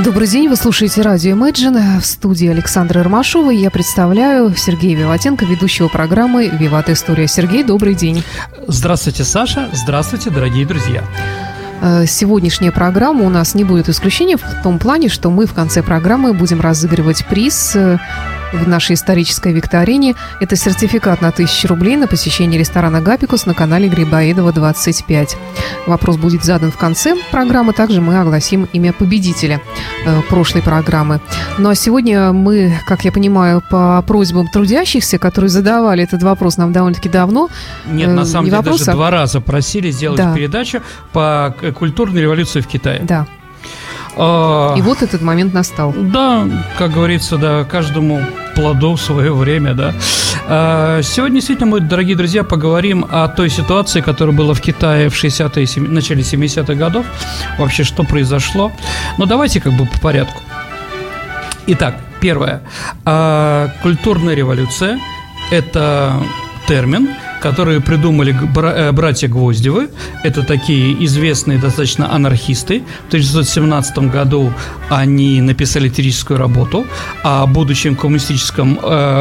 Добрый день, вы слушаете радио Imagine. В студии Александра Ромашова. Я представляю Сергея Виватенко, ведущего программы «Виват История». Сергей, добрый день. Здравствуйте, Саша. Здравствуйте, дорогие друзья. Сегодняшняя программа у нас не будет исключением в том плане, что мы в конце программы будем разыгрывать приз в нашей исторической викторине. Это сертификат на 1000 рублей на посещение ресторана «Гапикус» на канале Грибоедова 25. Вопрос будет задан в конце программы. Также мы огласим имя победителя прошлой программы. Ну а сегодня мы, как я понимаю, по просьбам трудящихся, которые задавали этот вопрос нам довольно-таки давно. Нет, на самом деле даже 2 раза просили сделать передачу по культурной революции в Китае. Да. И вот этот момент настал. Да, как говорится, да, каждому плоду в свое время, да. Сегодня, действительно, мы, дорогие друзья, поговорим о той ситуации, которая была в Китае в 60-е, начале 70-х годов. Вообще, что произошло. Но давайте как бы по порядку. Итак, первое. Культурная революция – это термин, которые придумали братья Гвоздевы. Это такие известные достаточно анархисты. В 1917 году они написали теоретическую работу о коммунистическом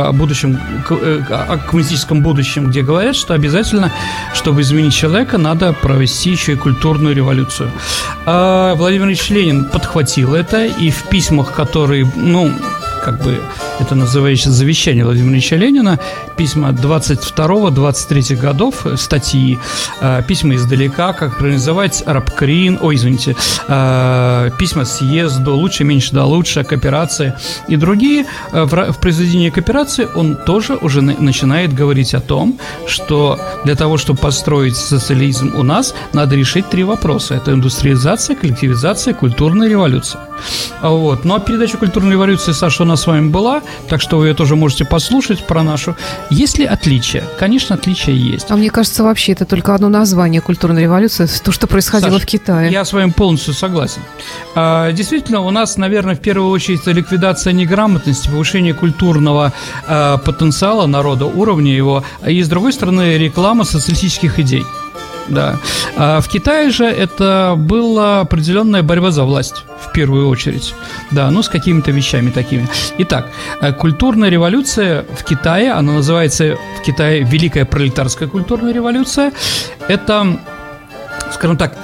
будущем, где говорят, что обязательно, чтобы изменить человека, надо провести еще и культурную революцию. Владимир Ильич Ленин подхватил это, и в письмах, которые, это называется завещание Владимира Ильича Ленина, письма 22-23 годов, статьи, письма издалека, как организовать рабкрин, письма съезду, лучше, меньше, да лучше, кооперация и другие. В произведении кооперации он тоже уже начинает говорить о том, что для того, чтобы построить социализм у нас, надо решить 3 вопроса. Это индустриализация, коллективизация, культурная революция. Вот. Ну а передача культурной революции, Саша, у нас с вами была, так что вы ее тоже можете послушать про нашу. Есть ли отличия? Конечно, отличия есть. А мне кажется, вообще это только одно название культурной революции, то, что происходило, Саша, в Китае. Я с вами полностью согласен. Действительно, у нас, наверное, в первую очередь ликвидация неграмотности, повышение культурного потенциала народа, уровня его, и с другой стороны реклама социалистических идей. Да. В Китае же это была определенная борьба за власть, в первую очередь. Да, с какими-то вещами такими. Итак, культурная революция в Китае, она называется в Китае Великая пролетарская культурная революция. Это, скажем так,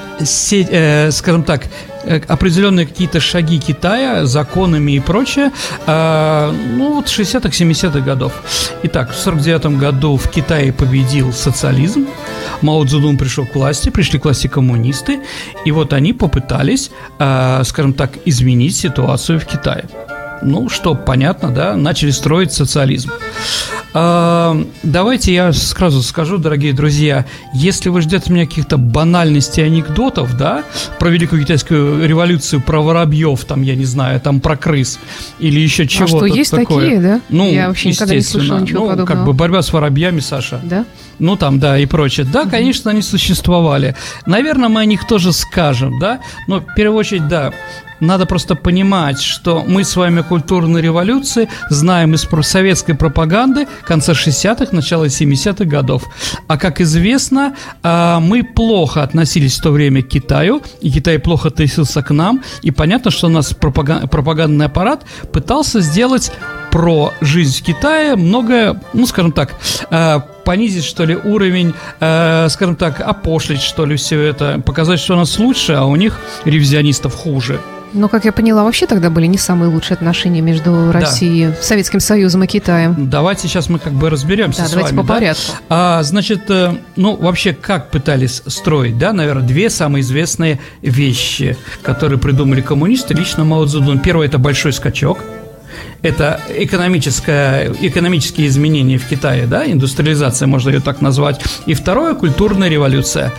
определенные какие-то шаги Китая, законами и прочее, 60-х, 70-х годов. Итак, в 49-м году в Китае победил социализм, Мао Цзэдун пришел к власти, пришли к власти коммунисты, и вот они попытались, изменить ситуацию в Китае. Что понятно, да, начали строить социализм. Давайте я сразу скажу, дорогие друзья, если вы ждете от меня каких-то банальностей, анекдотов, да, про Великую Китайскую революцию, про воробьев, я не знаю, про крыс или еще чего-то такое. А что, есть такие, да? Я вообще никогда не слышала ничего подобного. Борьба с воробьями, Саша. Да? Да, и прочее. Да, конечно, они существовали. Наверное, мы о них тоже скажем, да, но в первую очередь, да, надо просто понимать, что мы с вами о культурной революции знаем из советской пропаганды конца 60-х, начала 70-х годов. А как известно, мы плохо относились в то время к Китаю, и Китай плохо относился к нам, и понятно, что у нас пропагандный аппарат пытался сделать про жизнь в Китае многое, понизить, что ли, уровень, опошлить, что ли, все это, показать, что у нас лучше, а у них, ревизионистов, хуже. Но, как я поняла, вообще тогда были не самые лучшие отношения между Россией, Советским Союзом и Китаем. Давайте сейчас мы разберемся с вами. Давайте по порядку. Вообще, как пытались строить, да, наверное, 2 самые известные вещи, которые придумали коммунисты, лично Мао Цзэдун. Первое – это большой скачок. Это экономические изменения в Китае, да, индустриализация, можно ее так назвать. И второе – культурная революция.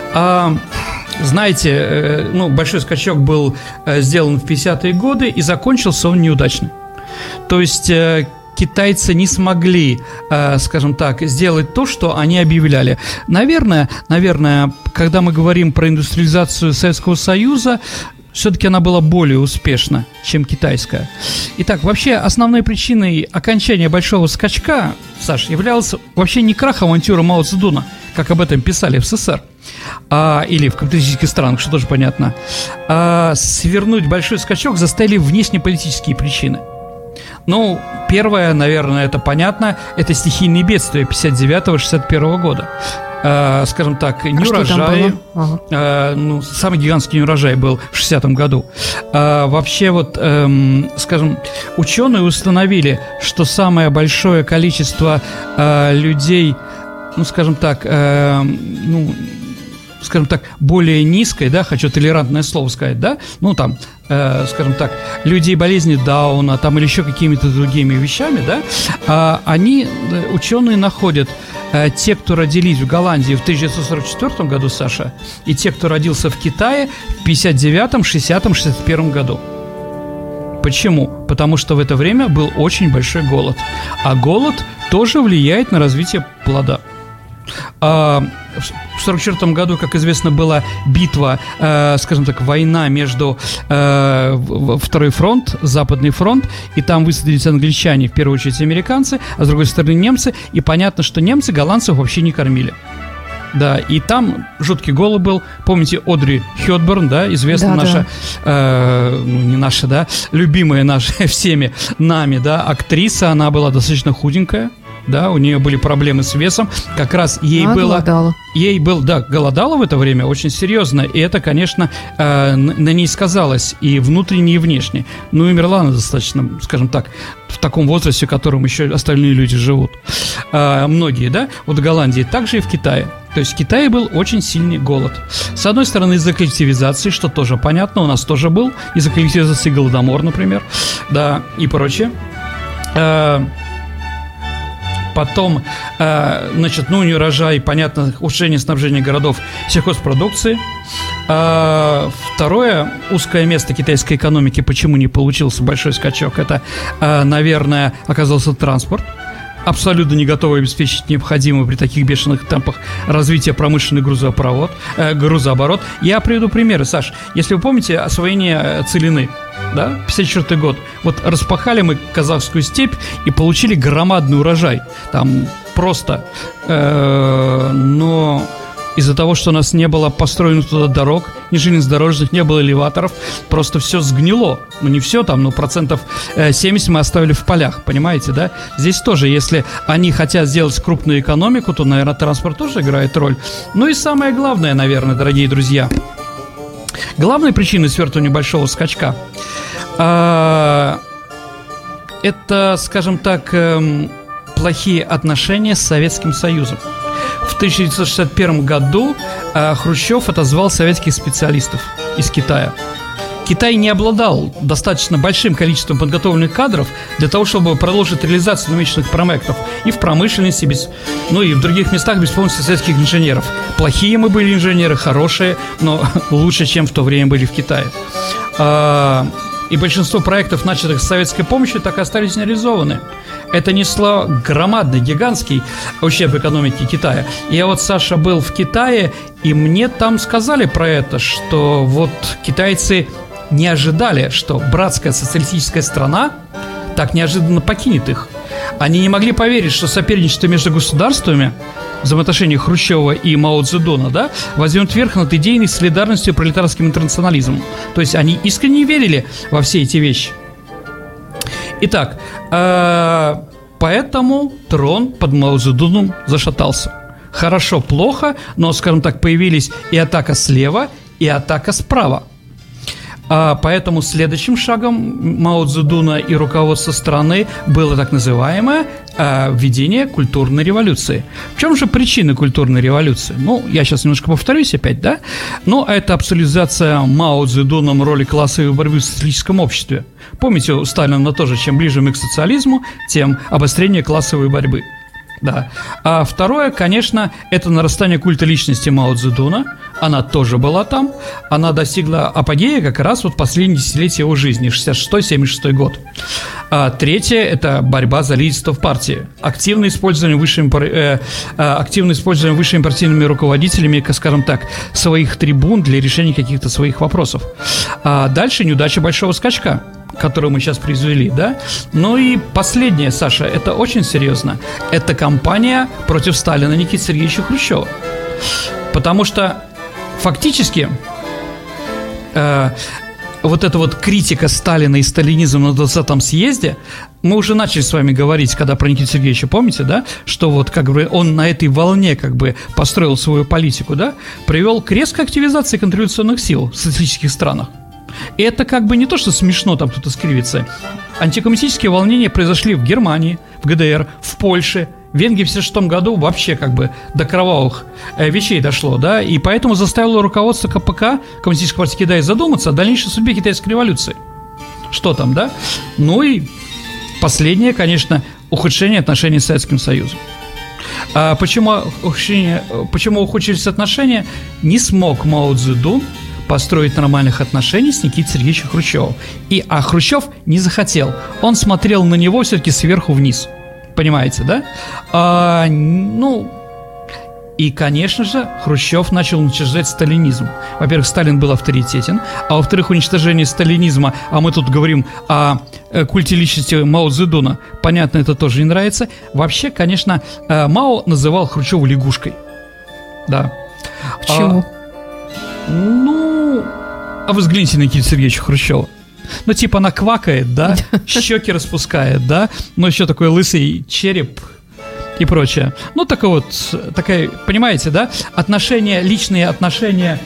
Знаете, большой скачок был сделан в 50-е годы, и закончился он неудачно. То есть китайцы не смогли, сделать то, что они объявляли. Наверное, когда мы говорим про индустриализацию Советского Союза, все-таки она была более успешна, чем китайская. Итак, вообще основной причиной окончания большого скачка, Саш, являлся вообще не крах авантюры Мао Цзэдуна, как об этом писали в СССР, или в капиталистических странах, что тоже понятно. Свернуть большой скачок заставили внешнеполитические причины. Ну, первое, наверное, это понятно, это стихийные бедствия 59-61 года. Скажем так, неурожай, самый гигантский неурожай был в 60-м году. Вообще вот, скажем, ученые установили, что самое большое количество людей, скажем так, более низкой, да, хочу толерантное слово сказать, да, скажем так, людей болезни Дауна, там, или еще какими-то другими вещами, да, ученые находят те, кто родились в Голландии в 1944 году, Саша, и те, кто родился в Китае в 59-м, 60-м, 61 году. Почему? Потому что в это время был очень большой голод. А голод тоже влияет на развитие плода. В 1944 году, как известно, была битва, скажем так, война между Второй фронт, Западный фронт, и там высадились англичане, в первую очередь американцы, а с другой стороны немцы, и понятно, что немцы голландцев вообще не кормили. Да, и там жуткий голод был. Помните Одри Хёпберн, да, известная наша, не наша, да, любимая наша всеми нами, да, актриса, она была достаточно худенькая. Да, у нее были проблемы с весом. Как раз голодала в это время очень серьезно. И это, конечно, на ней сказалось и внутренне, и внешне. Но умерла она достаточно, скажем так, в таком возрасте, в котором еще остальные люди живут. Многие, да, вот в Голландии, также и в Китае. То есть в Китае был очень сильный голод. С одной стороны, из-за коллективизации, что тоже понятно, у нас тоже был. Из-за коллективизации голодомор, например, да, и прочее. Потом, неурожай, понятно, ухудшение снабжения городов сельхозпродукции. Второе, узкое место китайской экономики, почему не получился большой скачок, это, наверное, оказался транспорт. Абсолютно не готовы обеспечить необходимое при таких бешеных темпах развитие промышленный грузооборот. Я приведу примеры, Саш. Если вы помните освоение Целины, да, 54 год. Вот распахали мы казахскую степь и получили громадный урожай. Там просто, но из-за того, что у нас не было построено туда дорог, ни железнодорожных, не было элеваторов, просто все сгнило. Не все там, но 70% мы оставили в полях, понимаете, да? Здесь тоже, если они хотят сделать крупную экономику, то, наверное, транспорт тоже играет роль. Ну и самое главное, наверное, дорогие друзья, главной причиной свертывания большого скачка это, скажем так, плохие отношения с Советским Союзом. В 1961 году Хрущев отозвал советских специалистов из Китая. Китай не обладал достаточно большим количеством подготовленных кадров для того, чтобы продолжить реализацию намеченных проектов и в промышленности, и в других местах без помощи советских инженеров. Плохие мы были инженеры, хорошие, но лучше, чем в то время были в Китае. И большинство проектов, начатых с советской помощью, так и остались нереализованы. Это несло громадный, гигантский ущерб экономике Китая. Я вот, Саша, был в Китае, и мне там сказали про это, что вот китайцы не ожидали, что братская социалистическая страна так неожиданно покинет их. Они не могли поверить, что соперничество между государствами, взаимоотношения Хрущева и Мао Цзэдуна, да, возьмет верх над идейной солидарностью и пролетарским интернационализмом. То есть они искренне верили во все эти вещи. Итак, поэтому трон под Мао Цзэдуном зашатался. Хорошо, плохо, но, скажем так, появились и атака слева, и атака справа. Поэтому следующим шагом Мао Цзэдуна и руководства страны было так называемое введение культурной революции. В чем же причина культурной революции? Я сейчас немножко повторюсь опять, да? Это абсолютизация Мао Цзэдуном роли классовой борьбы в социалистическом обществе. Помните, у Сталина тоже, чем ближе мы к социализму, тем обострение классовой борьбы. Да. А второе, конечно, это нарастание культа личности Мао Цзэдуна. Она тоже была там. Она достигла апогея как раз вот последние десятилетия его жизни, 66-76 год. А третье – это борьба за лидерство в партии. Активное использование высшими партийными руководителями, скажем так, своих трибун для решения каких-то своих вопросов. А дальше неудача большого скачка, которую мы сейчас произвели, да? Ну и последнее, Саша, это очень серьезно. Это кампания против Сталина Никиты Сергеевича Хрущева. Потому что фактически вот эта вот критика Сталина и сталинизма на 20-м съезде, мы уже начали с вами говорить, когда про Никиту Сергеевича, помните, да? Что вот как бы он на этой волне как бы построил свою политику, да? Привел к резкой активизации контрреволюционных сил в социалистических странах. И это как бы не то, что смешно там кто-то скривится. Антикоммунистические волнения произошли в Германии, в ГДР, в Польше. В Венгрии в 1976 году вообще как бы до кровавых вещей дошло, да, и поэтому заставило руководство КПК, Коммунистической партии Китая, задуматься о дальнейшей судьбе китайской революции. Что там, да? Ну и последнее, конечно, ухудшение отношений с Советским Союзом. Почему ухудшились отношения? Не смог Мао Цзэдун построить нормальных отношений с Никитой Сергеевичем Хрущевым. А Хрущев не захотел. Он смотрел на него все-таки сверху вниз. Понимаете, да? И, конечно же, Хрущев начал уничтожать сталинизм. Во-первых, Сталин был авторитетен, а во-вторых, уничтожение сталинизма, а мы тут говорим о культе личности Мао Цзэдуна, понятно, это тоже не нравится. Вообще, конечно, Мао называл Хрущева лягушкой. Да. Почему? А вы взгляните на Никиту Сергеевича Хрущева. Ну, типа она квакает, да, щеки распускает, да, но еще такой лысый череп и прочее. Ну, такая, понимаете, да, личные отношения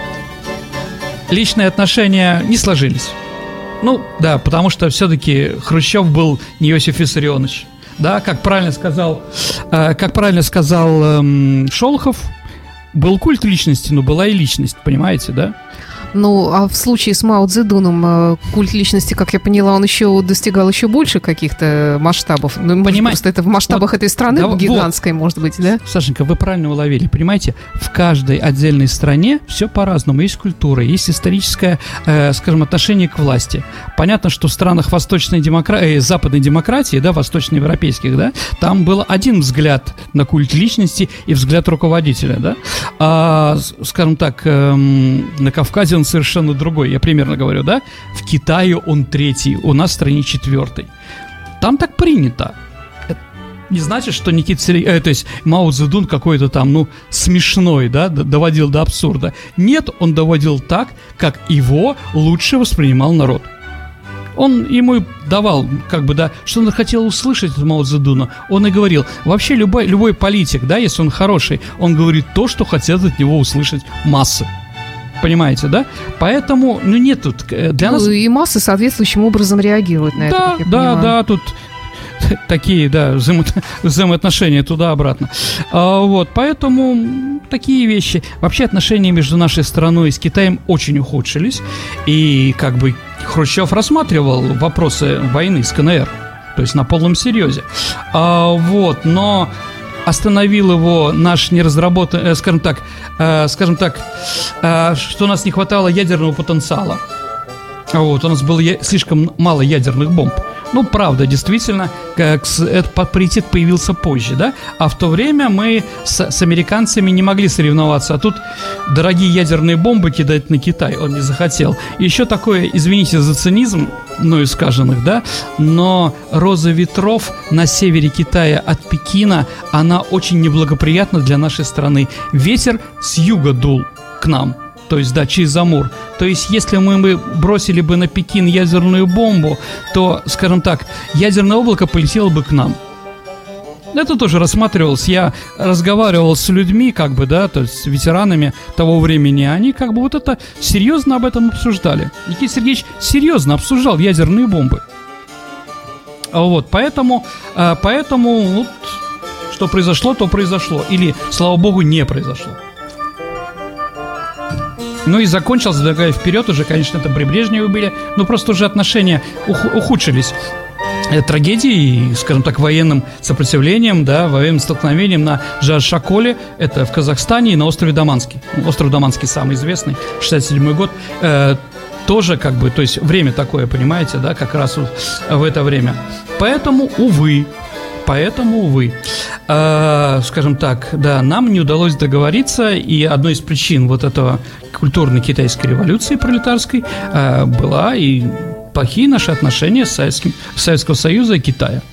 не сложились. Ну, да, потому что все-таки Хрущев был не Иосиф Виссарионович, да, как правильно сказал Шолохов, был культ личности, но была и личность, понимаете, да? Ну, а в случае с Мао Цзэдуном культ личности, как я поняла, он еще достигал еще больше каких-то масштабов. Ну, просто это в масштабах этой страны, да, гигантской, может быть, да? Сашенька, вы правильно уловили. Понимаете, в каждой отдельной стране все по-разному. Есть культура, есть историческое, скажем, отношение к власти. Понятно, что в странах западной демократии, да, восточноевропейских, да, там был один взгляд на культ личности и взгляд руководителя, да. Скажем так, на Кавказе он совершенно другой, я примерно говорю, да? В Китае он третий, у нас в стране четвертый. Там так принято. Это не значит, что то есть Мао Цзэдун какой-то там, смешной, да, доводил до абсурда. Нет, он доводил так, как его лучше воспринимал народ. Он ему давал, как бы, да, что он хотел услышать от Мао Цзэдуна. Он и говорил, вообще любой политик, да, если он хороший, он говорит то, что хотят от него услышать массы. Понимаете, да? Поэтому, нет тут для нас... И массы соответствующим образом реагируют на это, как я понимаю. Да, тут такие, да, взаимоотношения туда-обратно. Поэтому такие вещи. Вообще отношения между нашей страной и с Китаем очень ухудшились. И как бы Хрущев рассматривал вопросы войны с КНР. То есть на полном серьезе. Но... остановил его наш неразработанный, скажем так, что у нас не хватало ядерного потенциала. У нас было слишком мало ядерных бомб. Ну, правда, действительно, этот паритет появился позже, да? А в то время мы с американцами не могли соревноваться. А тут дорогие ядерные бомбы кидать на Китай он не захотел. И еще такое, извините за цинизм, из сказанных, да? Но роза ветров на севере Китая от Пекина, она очень неблагоприятна для нашей страны. Ветер с юга дул к нам. То есть, да, через Амур. То есть, если мы бросили бы на Пекин ядерную бомбу, то, скажем так, ядерное облако полетело бы к нам. Это тоже рассматривалось. Я разговаривал с людьми, как бы, да, то есть с ветеранами того времени. Они как бы вот это серьезно об этом обсуждали. Никита Сергеевич серьезно обсуждал ядерные бомбы. Поэтому что произошло, то произошло. Или, слава богу, не произошло. И закончилось, забегая вперед, уже, конечно, это при Брежневе были, но просто уже отношения ухудшились. трагедией, скажем так, военным сопротивлением, да, военным столкновением на Джар-Шаколе, это в Казахстане, и на острове Даманский. Остров Даманский самый известный, 67-й год. Тоже как бы, то есть время такое, понимаете, да, как раз вот в это время. Поэтому, увы, скажем так, да, нам не удалось договориться, и одной из причин вот этого культурной китайской революции пролетарской была и плохие наши отношения с Советского Союза и Китая.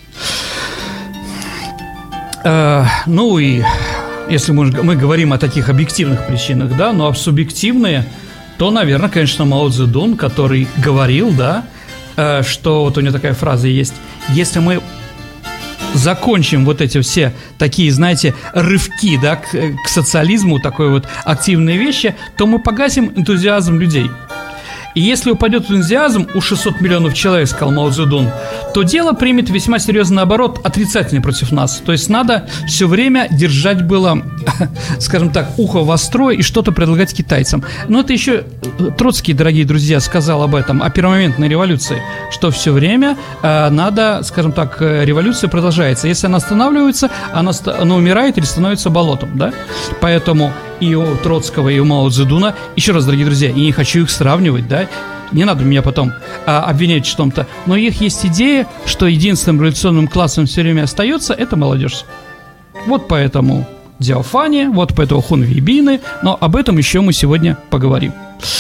Ну и если мы говорим о таких объективных причинах, да, ну а субъективные, то, наверное, конечно, Мао Цзэдун, который говорил, да, что вот у него такая фраза есть: если мы закончим вот эти все такие, знаете, рывки, да, к социализму, такой вот активные вещи, то мы погасим энтузиазм людей. И если упадет энтузиазм у 600 миллионов человек, сказал Мао Цзэдун, то дело примет весьма серьезный оборот, отрицательный против нас. То есть надо все время держать было, скажем так, ухо востро и что-то предлагать китайцам. Но это еще Троцкий, дорогие друзья, сказал об этом, о первомоментной революции, что все время надо, скажем так, революция продолжается. Если она останавливается, она умирает или становится болотом, да? Поэтому и у Троцкого, и у Мао Цзэдуна, еще раз, дорогие друзья, я не хочу их сравнивать, да, не надо меня потом обвинять в чем-то, но их есть идея, что единственным революционным классом все время остается, это молодежь. Вот поэтому Дзяофани, вот поэтому Хунвейбины, но об этом еще мы сегодня поговорим.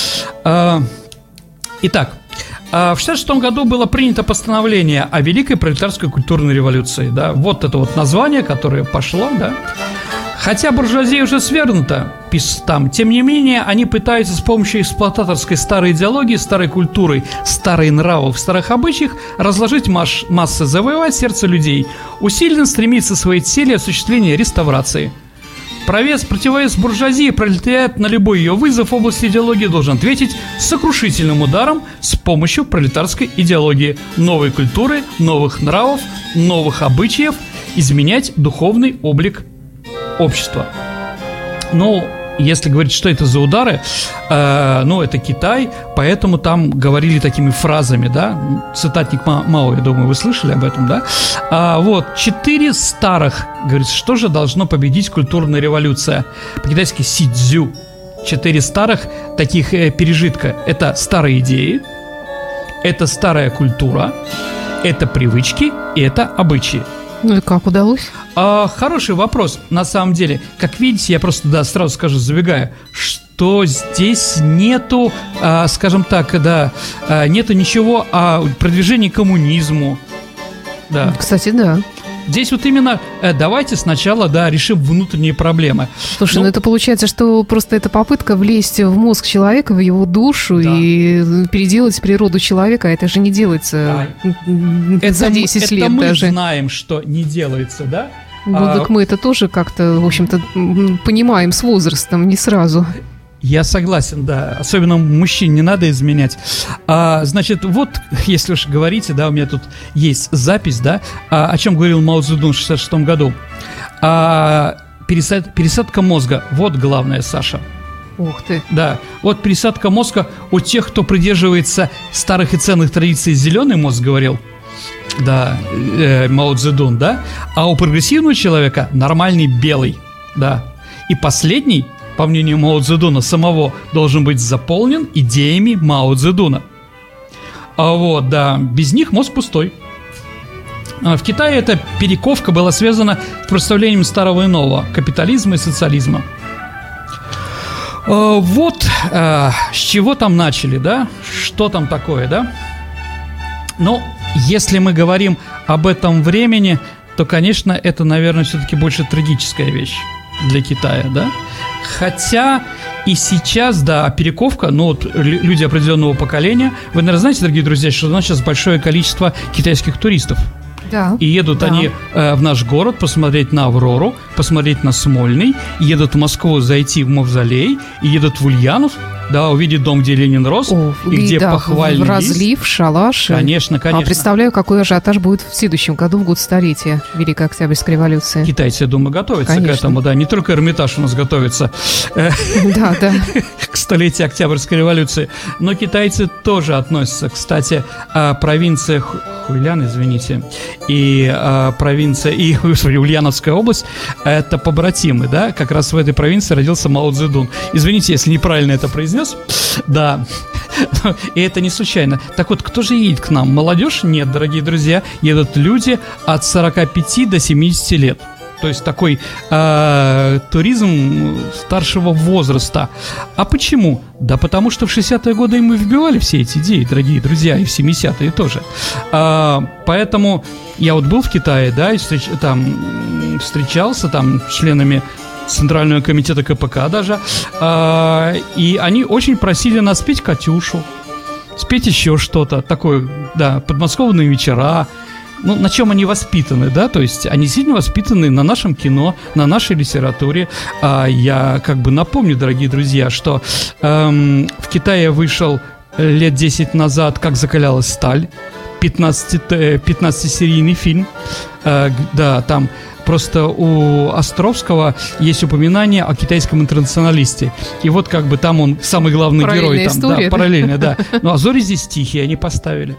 Итак, в 1966 году было принято постановление о Великой пролетарской культурной революции, да, вот это вот название, которое пошло, да. Хотя буржуазия уже свергнута, пишет там, тем не менее, они пытаются с помощью эксплуататорской старой идеологии, старой культуры, старых нравов, старых обычаев разложить массы, завоевать сердце людей, усиленно стремиться к своей цели осуществления реставрации. Противовес буржуазии, пролетариат на любой ее вызов в области идеологии должен ответить сокрушительным ударом с помощью пролетарской идеологии, новой культуры, новых нравов, новых обычаев, изменять духовный облик общества. Ну, если говорить, что это за удары, ну, это Китай, поэтому там говорили такими фразами, да, цитатник Мао, я думаю, вы слышали об этом, да, вот, 4 старых, говорится, что же должно победить культурная революция, по-китайски сидзю, 4 старых таких пережитка, это старые идеи, это старая культура, это привычки и это обычаи. Ну и как удалось? Хороший вопрос, на самом деле. Как видите, я просто, да, сразу скажу, забегая, что здесь нету, скажем так, да, нету ничего о продвижении к коммунизму. Да. Кстати, да. Здесь вот именно давайте сначала, да, решим внутренние проблемы. Слушай, ну это получается, что просто это попытка влезть в мозг человека, в его душу, да, и переделать природу человека, это же не делается, да, за 10 лет мы даже. Мы знаем, что не делается, да? Ну, так мы это тоже как-то, в общем-то, понимаем с возрастом, не сразу. Я согласен, да. Особенно мужчин не надо изменять. Значит, вот, если уж говорите, да, у меня тут есть запись, да, о чем говорил Мао Цзэдун в 1966 году. Пересадка мозга. Вот главное, Саша. Ух ты. Да, вот пересадка мозга у тех, кто придерживается старых и ценных традиций, зеленый мозг, говорил. Да, Мао Цзэдун, да. А у прогрессивного человека нормальный белый, да. И последний, по мнению Мао Цзэдуна самого, должен быть заполнен идеями Мао Цзэдуна. Вот, да, без них мозг пустой. В Китае эта перековка была связана с представлением старого и нового, капитализма и социализма. Вот с чего там начали, да? Что там такое, да? Ну, если мы говорим об этом времени, то, конечно, это, наверное, все-таки больше трагическая вещь для Китая, да? Хотя и сейчас, да, перековка, ну вот люди определенного поколения, вы, наверное, знаете, дорогие друзья, что у нас сейчас большое количество китайских туристов. Да. И едут, да, они в наш город посмотреть на Аврору, посмотреть на Смольный, едут в Москву зайти в Мавзолей, и едут в Ульянов, Да, увидеть дом, где Ленин рос, и где похвальный разлив, шалаш. Конечно, конечно. Представляю, какой ажиотаж будет в следующем году, в год столетия Великой Октябрьской революции. Китайцы, я думаю, готовятся к этому, да. Не только Эрмитаж у нас готовится к столетию Октябрьской революции, но китайцы тоже относятся. Кстати, провинция Хуйлян, извините, и провинция, и Ульяновская область – это побратимы, да. Как раз в этой провинции родился Мао Цзэдун. Извините, если неправильно это произнес. Да, и это не случайно. Так вот, кто же едет к нам? Молодежь? Нет, дорогие друзья, едут люди от 45 до 70 лет. То есть такой туризм старшего возраста. А почему? Да потому что в 60-е годы мы вбивали все эти идеи, дорогие друзья, и в 70-е тоже. Поэтому я вот был в Китае, да, и встречался там с членами Центрального комитета КПК даже, и они очень просили нас спеть «Катюшу», спеть еще что-то такое, да, подмосковные вечера. Ну, на чем они воспитаны, да, то есть они сильно воспитаны на нашем кино, на нашей литературе. Я как бы напомню, дорогие друзья, что в Китае вышел лет 10 назад «Как закалялась сталь», 15-серийный фильм, да, там просто у Островского есть упоминание о китайском интернационалисте. И вот как бы там он самый главный герой. Там, история, да, параллельно, да. Ну, а «Зори здесь тихие» они поставили.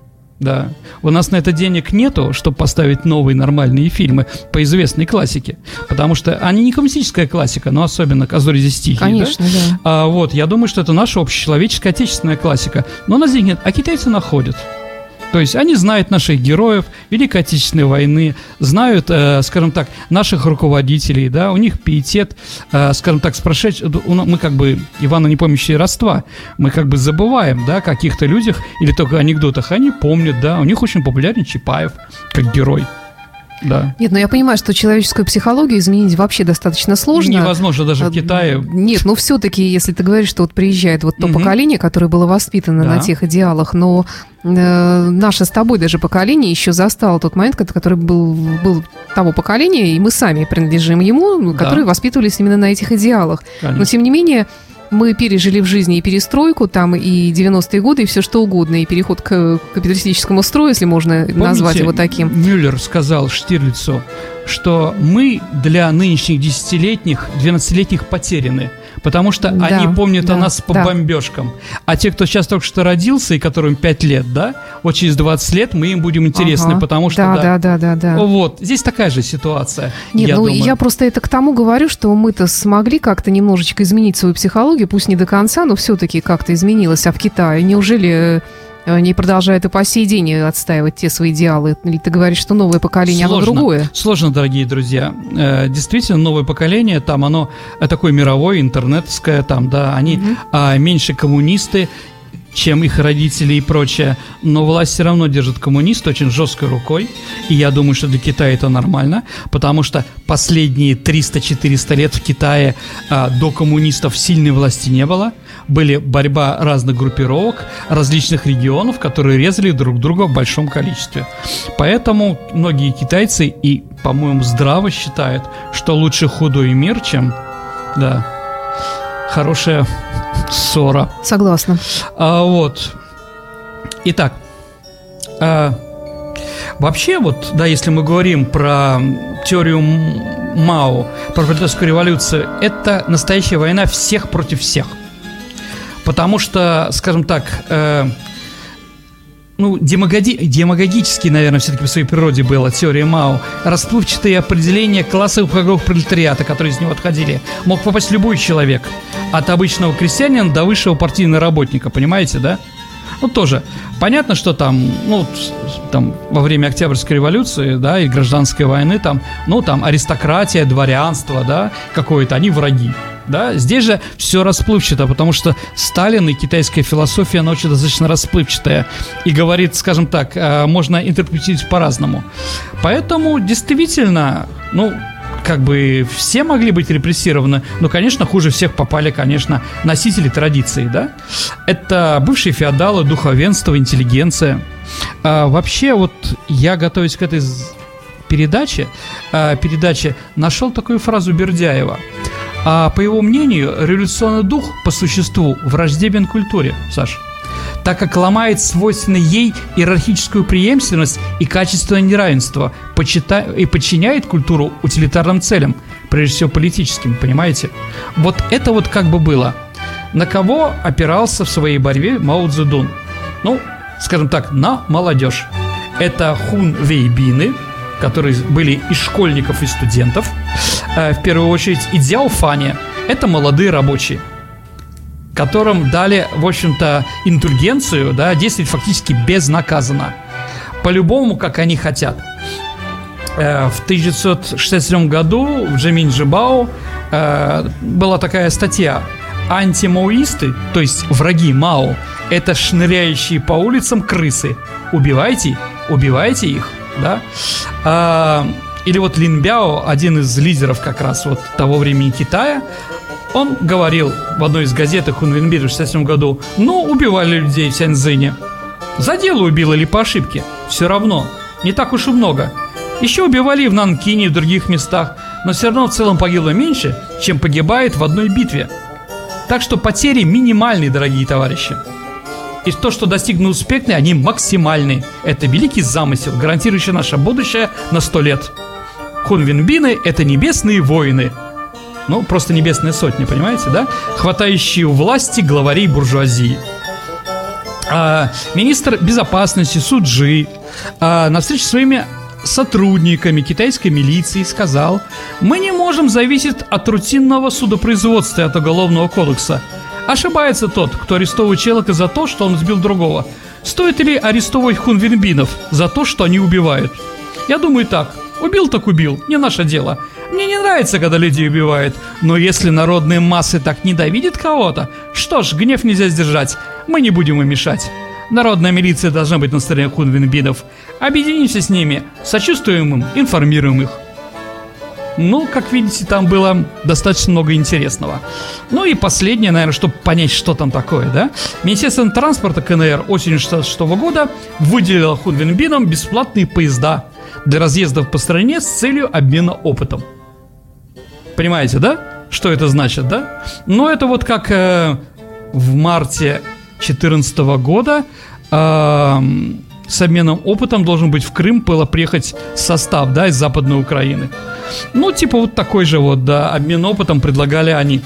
Да. У нас на это денег нету, чтобы поставить новые нормальные фильмы по известной классике. Потому что они не коммунистическая классика, но особенно «А зори здесь тихие». Конечно, да. Вот, я думаю, что это наша общечеловеческая отечественная классика. Но у нас денег нет, а китайцы находят. То есть они знают наших героев Великой Отечественной войны, знают, скажем так, наших руководителей, да, у них пиетет, скажем так, с прошедшим, мы как бы Ивана Непомнящие родства, мы как бы забываем, да, о каких-то людях или только анекдотах, они помнят, да, у них очень популярен Чапаев как герой. Да. Нет, но я понимаю, что человеческую психологию изменить вообще достаточно сложно. Невозможно даже в Китае. Нет, но все-таки, если ты говоришь, что вот приезжает вот то поколение, которое было воспитано на тех идеалах, но наше с тобой даже поколение еще застало тот момент, который был того поколения, и мы сами принадлежим ему, которые воспитывались именно на этих идеалах. Конечно. Но, тем не менее, мы пережили в жизни и перестройку, там и 90-е годы, и все что угодно, и переход к капиталистическому строю, если можно назвать его таким. Мюллер сказал Штирлицу, что мы для нынешних 10-летних, 12-летних потеряны, потому что они помнят о нас по бомбежкам. А те, кто сейчас только что родился, и которым 5 лет, да, вот через 20 лет мы им будем интересны, потому что... Да. Вот, здесь такая же ситуация. Нет, я просто это к тому говорю, что мы-то смогли как-то немножечко изменить свою психологию, пусть не до конца, но все-таки как-то изменилось. А в Китае неужели... Они продолжают и по сей день отстаивать те свои идеалы? Или ты говоришь, что новое поколение, оно другое? Сложно, дорогие друзья. Действительно, новое поколение, там оно такое мировое, интернетское, там, да, они меньше коммунисты, чем их родители и прочее. Но власть все равно держит коммуниста очень жесткой рукой. И я думаю, что для Китая это нормально, потому что последние 300-400 лет в Китае до коммунистов сильной власти не было. Были борьба разных группировок, различных регионов, которые резали друг друга в большом количестве. Поэтому многие китайцы и, по-моему, здраво считают, что лучше худой мир, чем хорошая ссора. Согласна. Вот. Итак, вообще, вот, да, если мы говорим про теорию Мао, про пролетарскую революцию, это настоящая война всех против всех. Потому что, скажем так, демагогически, наверное, все-таки по своей природе была теория Мао. Расплывчатые определения классовых врагов пролетариата, которые из него отходили, мог попасть любой человек. От обычного крестьянина до высшего партийного работника, понимаете, да? Ну, тоже понятно, что там, там во время Октябрьской революции, да, и гражданской войны, там аристократия, дворянство, да, какое-то, они враги. Да, здесь же все расплывчато, потому что Сталин и китайская философия, она очень достаточно расплывчатая и говорит, скажем так, можно интерпретировать по-разному. Поэтому действительно, как бы все могли быть репрессированы, но, конечно, хуже всех попали, конечно, носители традиций, да? Это бывшие феодалы, духовенство, интеллигенция. Вообще, вот я, готовясь к этой передаче, нашел такую фразу Бердяева. А по его мнению, революционный дух по существу враждебен культуре, Саш, так как ломает свойственную ей иерархическую преемственность и качественное неравенство, и подчиняет культуру утилитарным целям, прежде всего политическим, понимаете? Вот это вот как бы было. На кого опирался в своей борьбе Мао Цзэдун? Ну, скажем так, на молодежь. Это хунвейбины, которые были из школьников и студентов, в первую очередь, и дзяофани. Это молодые рабочие, которым дали, в общем-то, индульгенцию, да, действовать фактически безнаказанно, по-любому, как они хотят. В 1967 году в Джимин Жибао была такая статья: антимаоисты, то есть враги Мао, это шныряющие по улицам крысы. Убивайте их, да? Или вот Лин Бяо, один из лидеров как раз вот того времени Китая, он говорил в одной из газет Хунвейбин в 1967 году: ну, убивали людей в Сяньцзине. За дело убил или по ошибке? Все равно, не так уж и много. Еще убивали и в Нанкине, и в других местах, но все равно в целом погибло меньше, чем погибает в одной битве. Так что потери минимальные, дорогие товарищи. И то, что достигнут успехи, они максимальны. Это великий замысел, гарантирующий наше будущее на 100 лет. Хунвейбины – это небесные воины. Ну, просто небесные сотни, понимаете, да? Хватающие у власти главарей буржуазии. Министр безопасности Суджи на встрече с своими сотрудниками китайской милиции сказал: мы не можем зависеть от рутинного судопроизводства, от уголовного кодекса. Ошибается тот, кто арестовывает человека за то, что он сбил другого. Стоит ли арестовывать хунвейбинов за то, что они убивают? Я думаю так: убил так убил, не наше дело. Мне не нравится, когда люди убивают, но если народные массы так ненавидят кого-то, что ж, гнев нельзя сдержать, мы не будем им мешать. Народная милиция должна быть на стороне хунвейбинов. Объединимся с ними, сочувствуем им, информируем их. Ну, как видите, там было достаточно много интересного. Ну и последнее, наверное, чтобы понять, что там такое, да? Министерство транспорта КНР осенью 1966 года выделило хунвейбинам бесплатные поезда для разъездов по стране с целью обмена опытом. Понимаете, да? Что это значит, да? Ну, это вот как в марте 2014 года с обменом опытом должен быть в Крым приехать состав, да, из Западной Украины. Ну, типа вот такой же вот, да, обмен опытом предлагали они.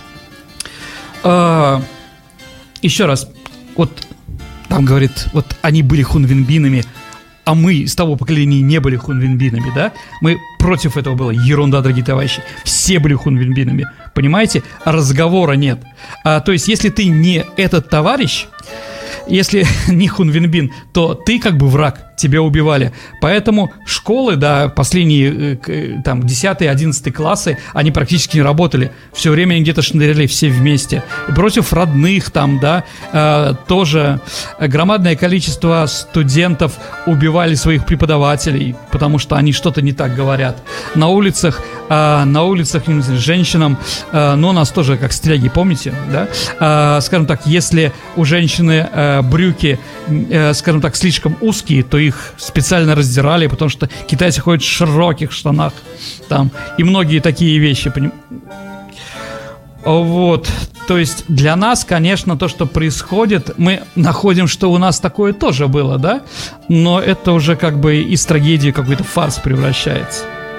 Еще раз, вот там говорит, вот они были хунвейбинами, а мы из того поколения не были хунвейбинами, да? Мы против этого было. Ерунда, дорогие товарищи. Все были хунвейбинами, понимаете? Разговора нет. То есть, если ты не этот товарищ, если не хунвейбин, то ты как бы враг, тебя убивали. Поэтому школы, да, последние там 10-11 классы, они практически не работали. Все время они где-то шныряли все вместе. И против родных там, да, тоже громадное количество студентов убивали своих преподавателей, потому что они что-то не так говорят. На улицах женщинам, но у нас тоже как стиляги, помните, да? Скажем так, если у женщины брюки, скажем так, слишком узкие, то их специально раздирали, потому что китайцы ходят в широких штанах там, и многие такие вещи. Вот, то есть для нас, конечно, то, что происходит, мы находим, что у нас такое тоже было, да, но это уже как бы из трагедии какой-то фарс превращается.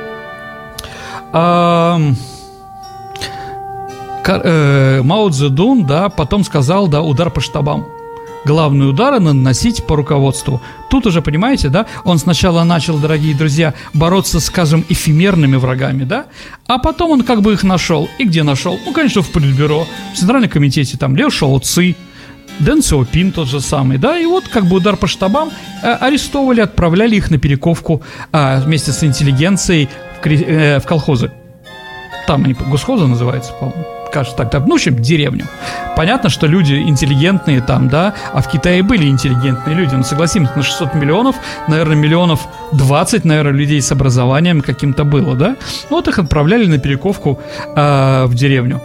Мао Цзэдун, да, потом сказал, да, удар по штабам. Главные удары наносить по руководству. Тут уже, понимаете, да, он сначала начал, дорогие друзья, бороться, скажем, эфемерными врагами, да, а потом он как бы их нашел. И где нашел? Ну, конечно, в Политбюро, в Центральном комитете, там, Лео Шаоци, Дэн Сяопин тот же самый, да, и вот как бы удар по штабам, арестовывали, отправляли их на перековку вместе с интеллигенцией в колхозы. Там они госхозы называются, по-моему. Кажется, так, ну, в общем, деревню. Понятно, что люди интеллигентные там, да, а в Китае были интеллигентные люди. Ну, согласимся, на 600 миллионов, наверное, 20 миллионов, наверное, людей с образованием каким-то было, да. Ну, вот их отправляли на перековку в деревню.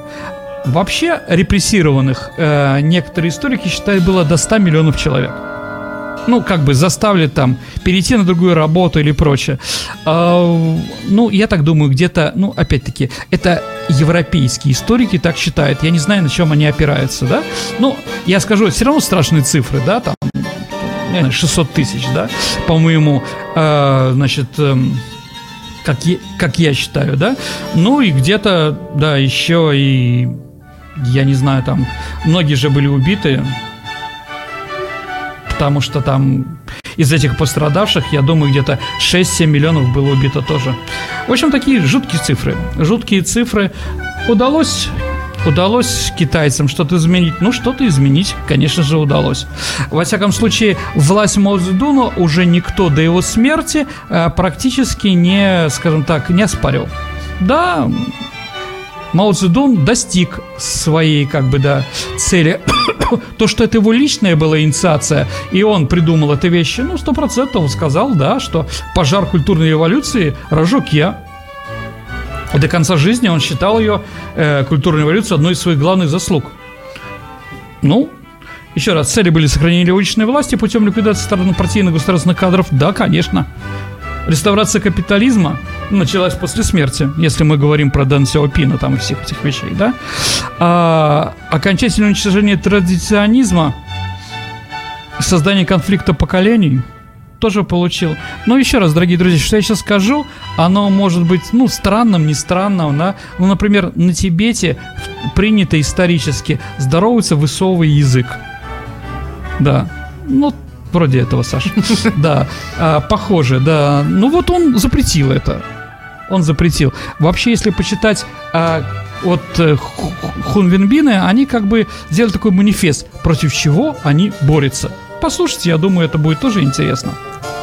Вообще репрессированных некоторые историки считают было до 100 миллионов человек. ну, как бы заставили там перейти на другую работу или прочее. Ну, я так думаю, где-то, ну, опять-таки, это европейские историки так считают. Я не знаю, на чем они опираются, да. Ну, я скажу, все равно страшные цифры, да, там, 600 тысяч, да, по-моему, значит, как я считаю, да. Ну, и где-то, да, еще и, я не знаю, там, многие же были убиты, потому что там из этих пострадавших, я думаю, где-то 6-7 миллионов было убито тоже. В общем, такие жуткие цифры. Жуткие цифры. Удалось китайцам что-то изменить? Ну, что-то изменить, конечно же, удалось. Во всяком случае, власть Мао Цзэдуна уже никто до его смерти практически не, скажем так, не оспаривал. Да, Мао Цзэдун достиг своей, как бы, да, цели. То, что это его личная была инициация, и он придумал эти вещи, ну, 100% он сказал, да, что пожар культурной революции разжег я. До конца жизни он считал ее, культурную революцию, одной из своих главных заслуг. Ну, еще раз, цели были сохранение его личной власти путем ликвидации стороны партийных государственных кадров. Да, конечно. Реставрация капитализма началась после смерти, если мы говорим про Дэн Сяопина там и всех этих вещей, да. Окончательное уничтожение традиционизма, создание конфликта поколений тоже получил. Но еще раз, дорогие друзья, что я сейчас скажу, оно может быть, ну, странным, не странным, да. Ну, например, на Тибете принято исторически здороваться, высовывая язык. Да, ну, вроде этого, Саша. Да, похоже, да. Ну вот он запретил это. Он запретил. Вообще, если почитать от хунвейбины, они как бы сделали такой манифест, против чего они борются. Послушайте, я думаю, это будет тоже интересно.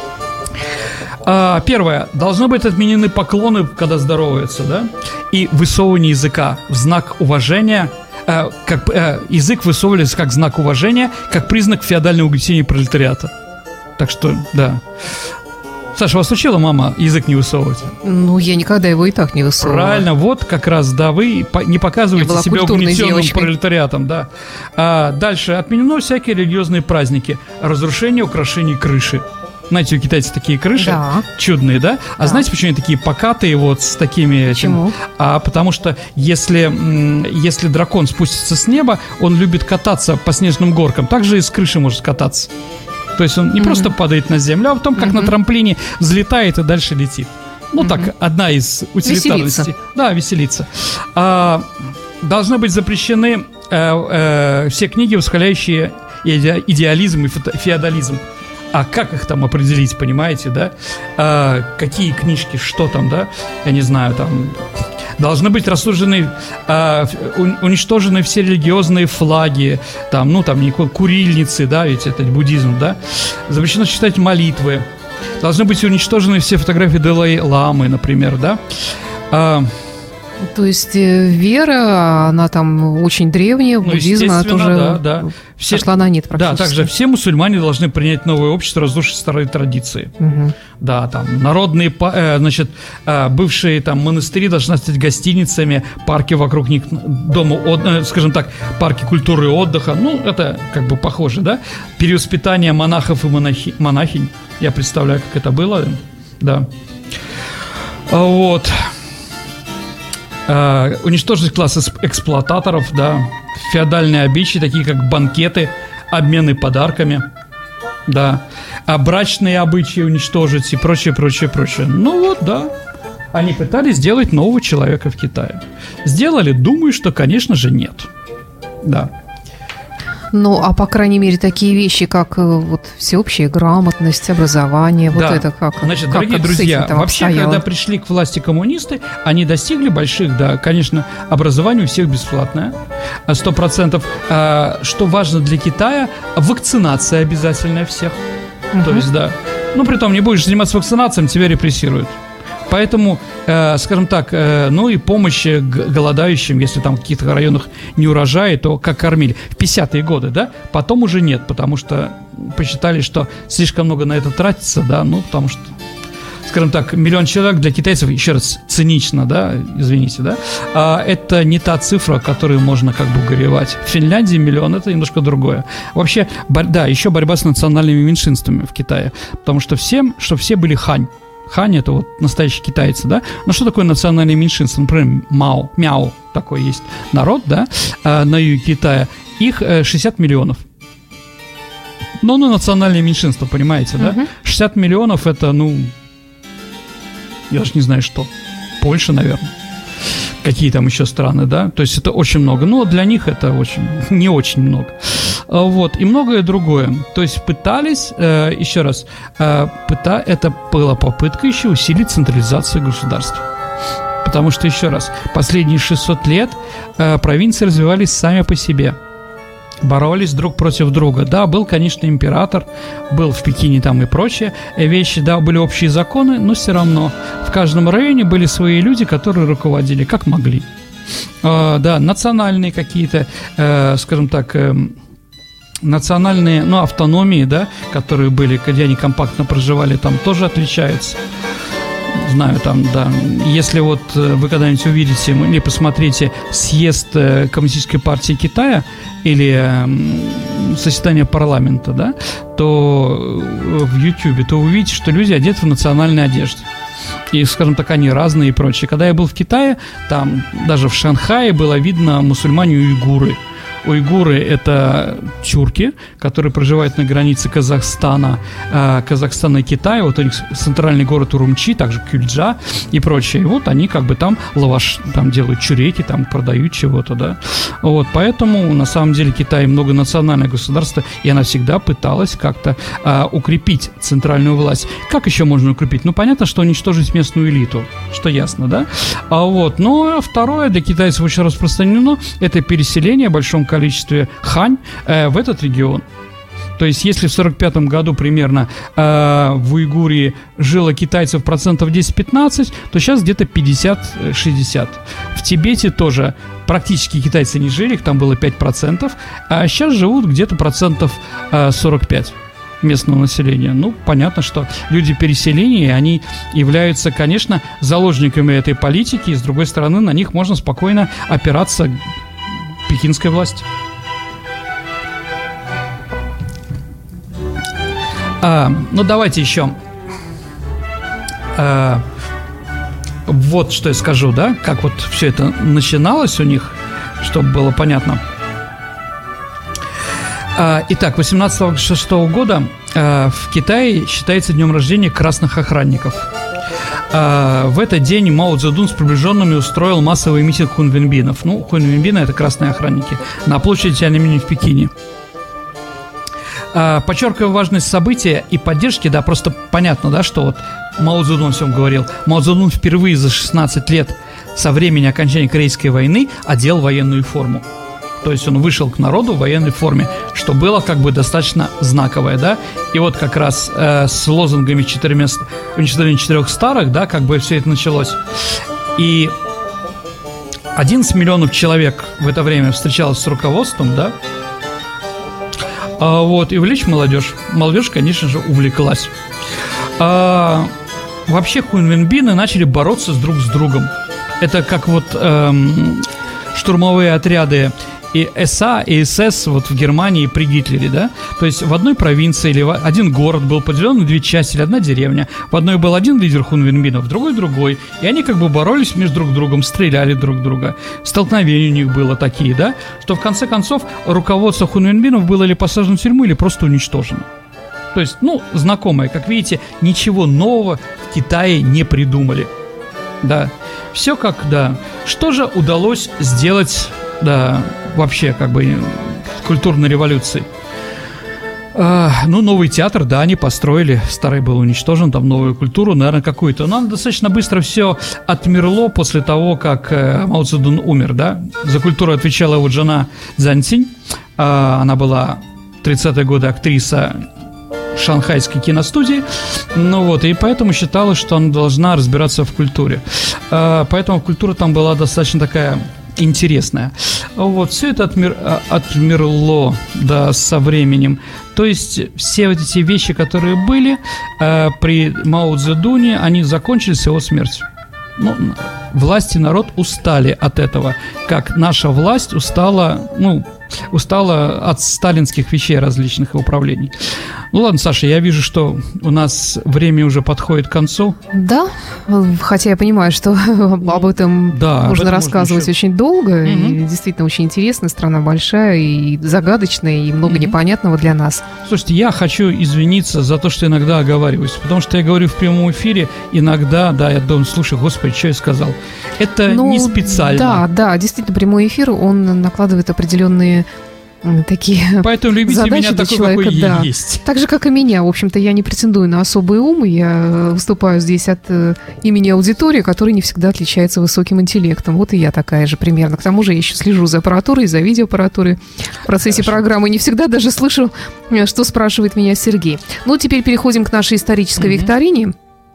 Первое. Должны быть отменены поклоны, когда здороваются, да? И высовывание языка в знак уважения. Язык высовывается как знак уважения, как признак феодального угнетения пролетариата. Так что, да. Саша, вас учила мама язык не высовывать? Ну, я никогда его и так не высовывала. Правильно, вот как раз, да, вы не показываете себя угнетенным пролетариатом, да. Дальше. Отменено всякие религиозные праздники. Разрушение украшений крыши. Знаете, у китайцев такие крыши, да, чудные, да? А знаете, почему они такие покатые вот с такими... Почему? Потому что если дракон спустится с неба, он любит кататься по снежным горкам. Также и с крыши может кататься. То есть он не просто падает на землю, а потом, как на трамплине, взлетает и дальше летит. Ну так, одна из утилитарностей. Да, веселиться. Должны быть запрещены все книги, восхваляющие идеализм и феодализм. А как их там определить, понимаете, да? Какие книжки, что там, да? Я не знаю, там... Должны быть рассуждены, уничтожены все религиозные флаги, там, ну, там, никакой курильницы, да, ведь это буддизм, да? Запрещено читать молитвы. Должны быть уничтожены все фотографии Далай-ламы, например, да? То есть вера, она там очень древняя, буддизм, она тоже сошла на нет практически. Да, также все мусульмане должны принять новое общество, разрушить старые традиции. Да, там народные, значит, бывшие там монастыри должны стать гостиницами, парки вокруг них, дома, скажем так, парки культуры и отдыха. Ну, это как бы похоже, да? Перевоспитание монахов и монахинь. Я представляю, как это было, да. Вот. Уничтожить класс эксплуататоров, да, феодальные обычаи, такие как банкеты, обмены подарками, да, брачные обычаи уничтожить и прочее, прочее, прочее. Ну вот, да, они пытались сделать нового человека в Китае. Сделали? Думаю, что, конечно же, нет. Да. Ну, а по крайней мере, такие вещи, как вот всеобщая грамотность, образование, вот это как? Значит, дорогие друзья, вообще, когда пришли к власти коммунисты, они достигли больших, да, конечно, образование у всех бесплатное, 100%. Что важно для Китая, вакцинация обязательная всех. То есть, да. Ну, притом, не будешь заниматься вакцинацией, тебя репрессируют. Поэтому, скажем так, ну и помощь голодающим, если там в каких-то районах не урожай, то как кормили в 50-е годы, да, потом уже нет, потому что посчитали, что слишком много на это тратится, да, ну, потому что скажем так, миллион человек для китайцев, еще раз, цинично, да, извините, да, это не та цифра, которую можно как бы горевать. В Финляндии миллион, это немножко другое. Вообще, да, еще борьба с национальными меньшинствами в Китае, потому что все были хань. Хань — это вот настоящие китайцы, да? Но что такое национальное меньшинство? Например, мяо, такой есть народ, да, на юге Китая. Их 60 миллионов. Ну, национальное меньшинство, понимаете, да? 60 миллионов — это, я даже не знаю, что. Польша, наверное. Какие там еще страны, да? То есть это очень много. Но для них это не очень много. Вот. И многое другое. То есть пытались, еще раз, это была попытка еще усилить централизацию государства. Потому что, еще раз, последние 600 лет провинции развивались сами по себе. Боролись друг против друга. Да, был, конечно, император, был в Пекине там и прочие вещи, да, были общие законы, но все равно в каждом районе были свои люди, которые руководили как могли. Да, национальные какие-то, скажем так, национальные, автономии, да, которые были, где они компактно проживали, там тоже отличаются. Знаю, там, да. Если вот вы когда-нибудь увидите или посмотрите съезд Коммунистической партии Китая или заседание парламента, да, то в Ютьюбе, то вы увидите, что люди одеты в национальной одежде. И, скажем так, они разные и прочее. Когда я был в Китае, там даже в Шанхае было видно мусульмане и уйгуры. Уйгуры – это тюрки, которые проживают на границе Казахстана и Китая. Вот у них центральный город Урумчи, также Кюльджа и прочее. И вот они как бы там лаваш, там делают чуреки, там продают чего-то, да. Вот, поэтому на самом деле Китай многонациональное государство, и она всегда пыталась как-то укрепить центральную власть. Как еще можно укрепить? Понятно, что уничтожить местную элиту, что ясно, да. Но второе, для китайцев очень распространено, это переселение в большом количестве хань в этот регион. То есть, если в 1945 году примерно в Уйгурии жило китайцев 10-15%, то сейчас где-то 50-60%. В Тибете тоже практически китайцы не жили, их там было 5%, а сейчас живут где-то 45% местного населения. Понятно, что люди переселения, они являются, конечно, заложниками этой политики, и, с другой стороны, на них можно спокойно опираться пекинской власти. Давайте еще вот что я скажу, да, как вот все это начиналось у них, чтобы было понятно. Итак, 18 августа 1906 года в Китае считается днем рождения красных охранников. В этот день Мао Цзэдун с приближенными устроил массовый митинг хунвейбинов. Хунвейбины – это красные охранники. На площади Тяньаньмэнь в Пекине. Подчеркивая важность события и поддержки, да, просто понятно, да, что вот Мао Цзэдун всем говорил. Мао Цзэдун впервые за 16 лет со времени окончания Корейской войны одел военную форму. То есть он вышел к народу в военной форме, что было как бы достаточно знаковое, да. И вот как раз с лозунгами уничтожения 4 старых, да, как бы все это началось. И 11 миллионов человек в это время встречалось с руководством, да. И увлечь молодежь. Молодежь, конечно же, увлеклась. Вообще хунвейбины начали бороться друг с другом. Это как вот штурмовые отряды и СА, и СС вот в Германии при Гитлере, да? То есть в одной провинции или один город был поделен на 2 части или одна деревня. В одной был один лидер хунвейбинов, в другой другой. И они как бы боролись между друг другом, стреляли друг в друга. Столкновения у них было такие, да? Что в конце концов руководство хунвейбинов было или посажено в тюрьму, или просто уничтожено. То есть, знакомое. Как видите, ничего нового в Китае не придумали. Да. Все как, да. Что же удалось сделать... Да, вообще, как бы, культурной революции. Новый театр, да, они построили. Старый был уничтожен, там новую культуру, наверное, какую-то. Но достаточно быстро все отмерло после того, как Мао Цзэдун умер, да. За культуру отвечала его жена Цзань Цинь. Она была 30-е годы актриса шанхайской киностудии. И поэтому считалось, что она должна разбираться в культуре. Поэтому культура там была достаточно такая... интересное. Вот, все это отмерло, да, со временем. То есть все вот эти вещи, которые были при Мао Цзэдуне, они закончились его смертью. Ну, власть и народ устали от этого, как наша власть устала от сталинских вещей различных и управлений. Ну ладно, Саша, я вижу, что у нас время уже подходит к концу. Да, хотя я понимаю, что об этом можно рассказывать очень долго, и действительно очень интересно, страна большая и загадочная, и много непонятного для нас. Слушайте, я хочу извиниться за то, что иногда оговариваюсь, потому что я говорю в прямом эфире, иногда, да, я думаю, слушай, господи, что я сказал? Это не специально. Да, действительно, прямой эфир, он накладывает определенные такие Поэтому любите меня такой, человека, какой да. есть. Так же, как и меня. В общем-то, я не претендую на особый ум. Я выступаю здесь от имени аудитории, которая не всегда отличается высоким интеллектом. Вот и я такая же примерно. К тому же я еще слежу за аппаратурой, за видеоаппаратурой в процессе программы. Не всегда даже слышу, что спрашивает меня Сергей. Ну, теперь переходим к нашей исторической викторине.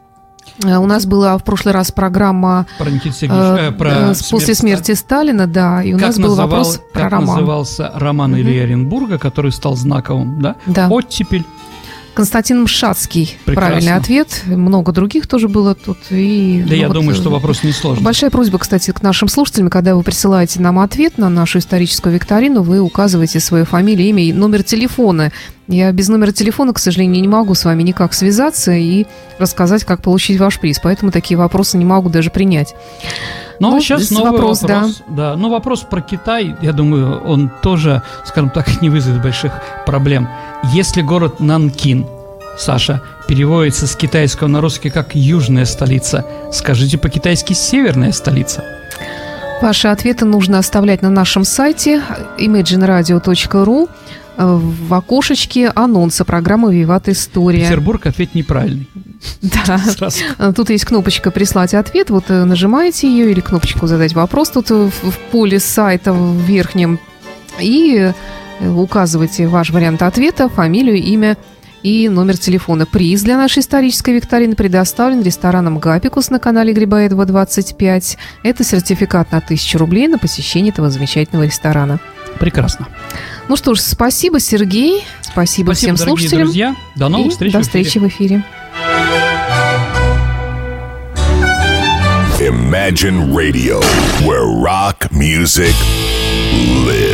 У нас была в прошлый раз программа про Никиту Сергеевича, после смерти Сталина, да, и у нас был вопрос про роман. Как назывался роман Ильи Оренбурга, который стал знаковым, да? Да. Оттепель. Константин Мшацкий. Прекрасно. Правильный ответ. Много других тоже было тут. Я думаю, что вопрос не сложный. Большая просьба, кстати, к нашим слушателям, когда вы присылаете нам ответ на нашу историческую викторину, вы указываете свою фамилию, имя и номер телефона. Я без номера телефона, к сожалению, не могу с вами никак связаться и рассказать, как получить ваш приз. Поэтому такие вопросы не могу даже принять. Ну, а сейчас новый вопрос. Да. Ну, вопрос про Китай, я думаю, он тоже, скажем так, не вызовет больших проблем. Если город Нанкин, Саша, переводится с китайского на русский как «южная столица», скажите по-китайски «северная столица». Ваши ответы нужно оставлять на нашем сайте imagineradio.ru в окошечке анонса программы «Виват История». Петербург, ответ неправильный. Да, тут есть кнопочка «Прислать ответ», вот нажимаете ее, или кнопочку «Задать вопрос» тут в поле сайта в верхнем, и указывайте ваш вариант ответа, фамилию, имя и номер телефона. Приз для нашей исторической викторины предоставлен рестораном «Гапикус» на канале Грибоедова 25. Это сертификат на 1000 рублей на посещение этого замечательного ресторана. Прекрасно. Ну что ж, спасибо, Сергей. Спасибо всем слушателям. Друзья. До новых встреч. До встречи в эфире. Imagine Radio, where rock music lives.